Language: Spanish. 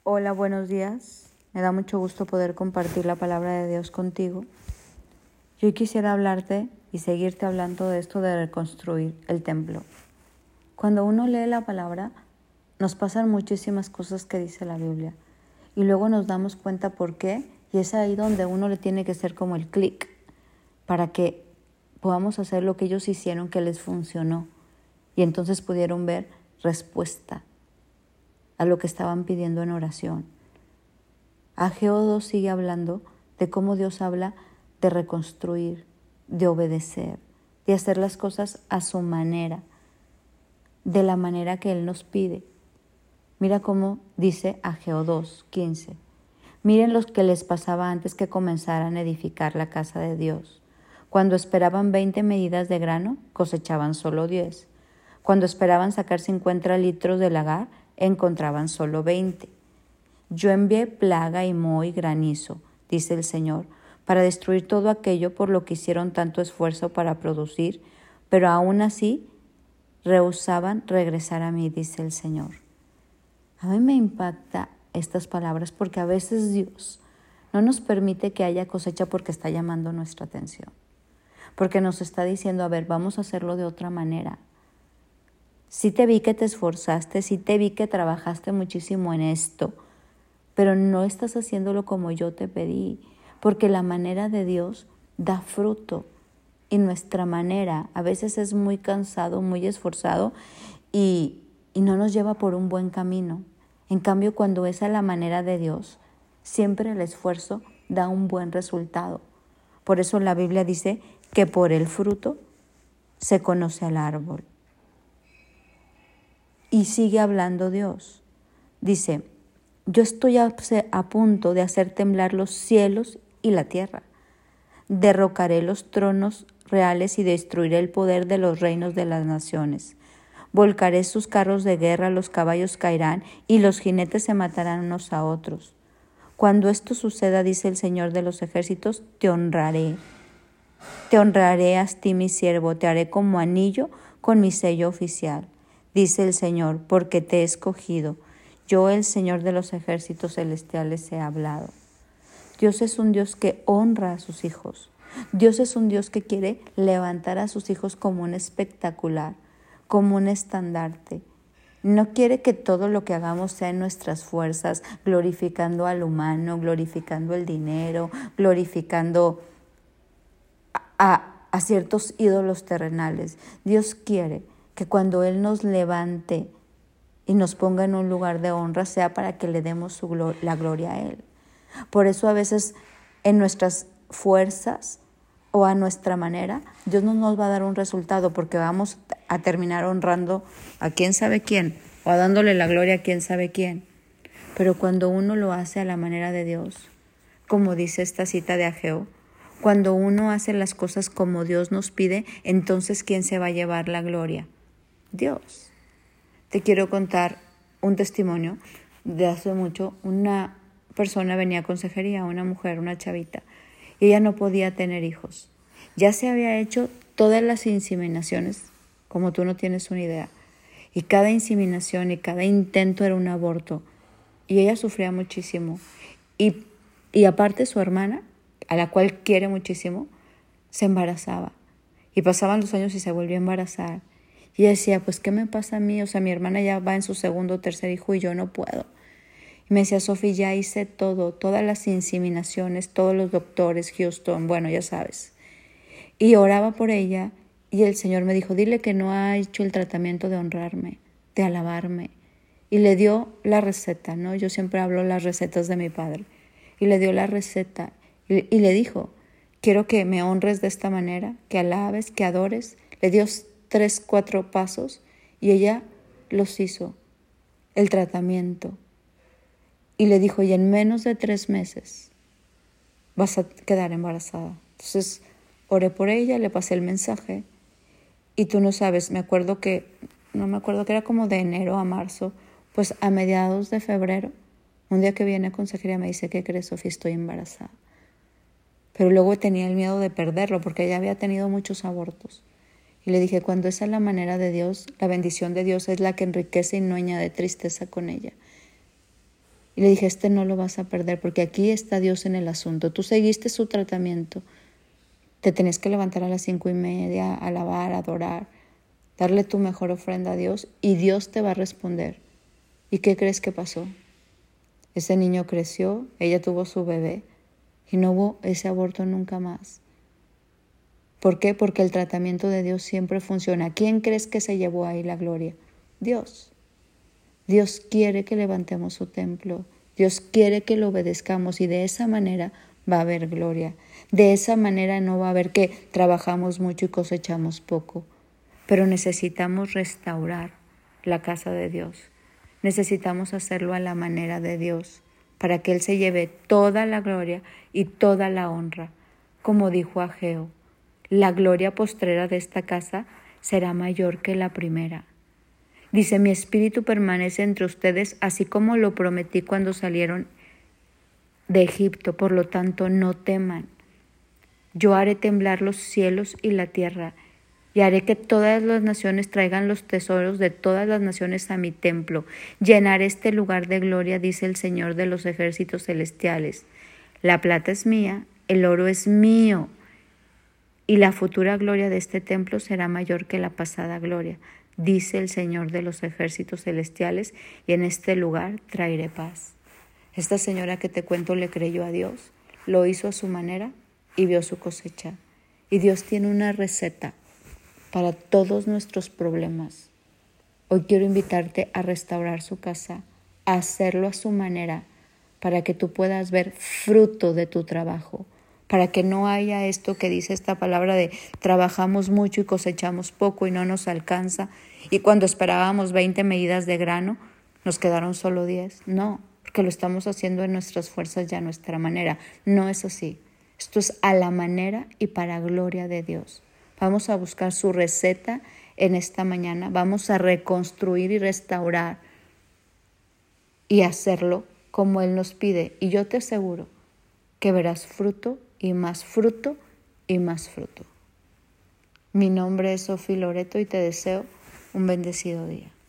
Hola, buenos días. Me da mucho gusto poder compartir la palabra de Dios contigo. Yo quisiera hablarte y seguirte hablando de esto de reconstruir el templo. Cuando uno lee la palabra, nos pasan muchísimas cosas que dice la Biblia. Y luego nos damos cuenta por qué. Y es ahí donde uno le tiene que hacer como el clic para que podamos hacer lo que ellos hicieron que les funcionó. Y entonces pudieron ver respuesta a lo que estaban pidiendo en oración. Ageo 2 sigue hablando de cómo Dios habla de reconstruir, de obedecer, de hacer las cosas a su manera, de la manera que Él nos pide. Mira cómo dice Ageo 2:15. Miren lo que les pasaba antes que comenzaran a edificar la casa de Dios. Cuando esperaban 20 medidas de grano, cosechaban solo 10. Cuando esperaban sacar 50 litros del lagar, encontraban solo 20. Yo envié plaga y moho y granizo, dice el Señor, para destruir todo aquello por lo que hicieron tanto esfuerzo para producir, pero aún así rehusaban regresar a mí, dice el Señor. A mí me impacta estas palabras porque a veces Dios no nos permite que haya cosecha porque está llamando nuestra atención, porque nos está diciendo, a ver, vamos a hacerlo de otra manera. Sí te vi que te esforzaste, sí te vi que trabajaste muchísimo en esto, pero no estás haciéndolo como yo te pedí, porque la manera de Dios da fruto y nuestra manera a veces es muy cansado, muy esforzado y no nos lleva por un buen camino. En cambio, cuando es a la manera de Dios, siempre el esfuerzo da un buen resultado. Por eso la Biblia dice que por el fruto se conoce al árbol. Y sigue hablando Dios. Dice, yo estoy a punto de hacer temblar los cielos y la tierra. Derrocaré los tronos reales y destruiré el poder de los reinos de las naciones. Volcaré sus carros de guerra, los caballos caerán y los jinetes se matarán unos a otros. Cuando esto suceda, dice el Señor de los ejércitos, te honraré. Te honraré a ti, mi siervo, te haré como anillo con mi sello oficial. Dice el Señor, porque te he escogido. Yo, el Señor de los ejércitos celestiales, he hablado. Dios es un Dios que honra a sus hijos. Dios es un Dios que quiere levantar a sus hijos como un espectacular, como un estandarte. No quiere que todo lo que hagamos sea en nuestras fuerzas, glorificando al humano, glorificando el dinero, glorificando a ciertos ídolos terrenales. Dios quiere que cuando Él nos levante y nos ponga en un lugar de honra, sea para que le demos la gloria a Él. Por eso a veces en nuestras fuerzas o a nuestra manera, Dios no nos va a dar un resultado porque vamos a terminar honrando a quién sabe quién o a dándole la gloria a quién sabe quién. Pero cuando uno lo hace a la manera de Dios, como dice esta cita de Ageo, cuando uno hace las cosas como Dios nos pide, entonces ¿quién se va a llevar la gloria? Dios. Te quiero contar un testimonio de hace mucho. Una persona venía a consejería, una mujer, una chavita, y ella no podía tener hijos. Ya se había hecho todas las inseminaciones, como tú no tienes una idea, y cada inseminación y cada intento era un aborto, y ella sufría muchísimo. Y aparte su hermana, a la cual quiere muchísimo, se embarazaba. Y pasaban los años y se volvió a embarazar. Y ella decía, pues, ¿qué me pasa a mí? O sea, mi hermana ya va en su segundo o tercer hijo y yo no puedo. Y me decía, Sofi, ya hice todo, todas las inseminaciones, todos los doctores, Houston, bueno, ya sabes. Y oraba por ella y el Señor me dijo, dile que no ha hecho el tratamiento de honrarme, de alabarme. Y le dio la receta, ¿no? Yo siempre hablo las recetas de mi padre. Y le dio la receta y le dijo, quiero que me honres de esta manera, que alabes, que adores. Le dio 3, 4 pasos y ella los hizo, el tratamiento. Y le dijo, y en menos de 3 meses vas a quedar embarazada. Entonces oré por ella, le pasé el mensaje y tú no sabes, no me acuerdo que era como de enero a marzo, pues a mediados de febrero, un día que viene a consejería me dice, ¿qué crees, Sofía? Estoy embarazada. Pero luego tenía el miedo de perderlo porque ella había tenido muchos abortos. Y le dije, cuando esa es la manera de Dios, la bendición de Dios es la que enriquece y no añade tristeza con ella. Y le dije, no lo vas a perder porque aquí está Dios en el asunto. Tú seguiste su tratamiento. Te tenés que levantar a las 5:30, alabar, adorar, darle tu mejor ofrenda a Dios y Dios te va a responder. ¿Y qué crees que pasó? Ese niño creció, ella tuvo su bebé y no hubo ese aborto nunca más. ¿Por qué? Porque el tratamiento de Dios siempre funciona. ¿Quién crees que se llevó ahí la gloria? Dios. Dios quiere que levantemos su templo. Dios quiere que lo obedezcamos y de esa manera va a haber gloria. De esa manera no va a haber que trabajamos mucho y cosechamos poco. Pero necesitamos restaurar la casa de Dios. Necesitamos hacerlo a la manera de Dios para que Él se lleve toda la gloria y toda la honra. Como dijo Ageo, la gloria postrera de esta casa será mayor que la primera. Dice, mi espíritu permanece entre ustedes, así como lo prometí cuando salieron de Egipto, por lo tanto no teman. Yo haré temblar los cielos y la tierra, y haré que todas las naciones traigan los tesoros de todas las naciones a mi templo. Llenaré este lugar de gloria, dice el Señor de los ejércitos celestiales. La plata es mía, el oro es mío, y la futura gloria de este templo será mayor que la pasada gloria, dice el Señor de los ejércitos celestiales, y en este lugar traeré paz. Esta señora que te cuento le creyó a Dios, lo hizo a su manera y vio su cosecha. Y Dios tiene una receta para todos nuestros problemas. Hoy quiero invitarte a restaurar su casa, a hacerlo a su manera, para que tú puedas ver fruto de tu trabajo, para que no haya esto que dice esta palabra de trabajamos mucho y cosechamos poco y no nos alcanza, y cuando esperábamos 20 medidas de grano, nos quedaron solo 10. No, porque lo estamos haciendo en nuestras fuerzas y a nuestra manera. No es así. Esto es a la manera y para gloria de Dios. Vamos a buscar su receta en esta mañana. Vamos a reconstruir y restaurar y hacerlo como Él nos pide. Y yo te aseguro que verás fruto y más fruto y más fruto. Mi nombre es Sofía Loreto y te deseo un bendecido día.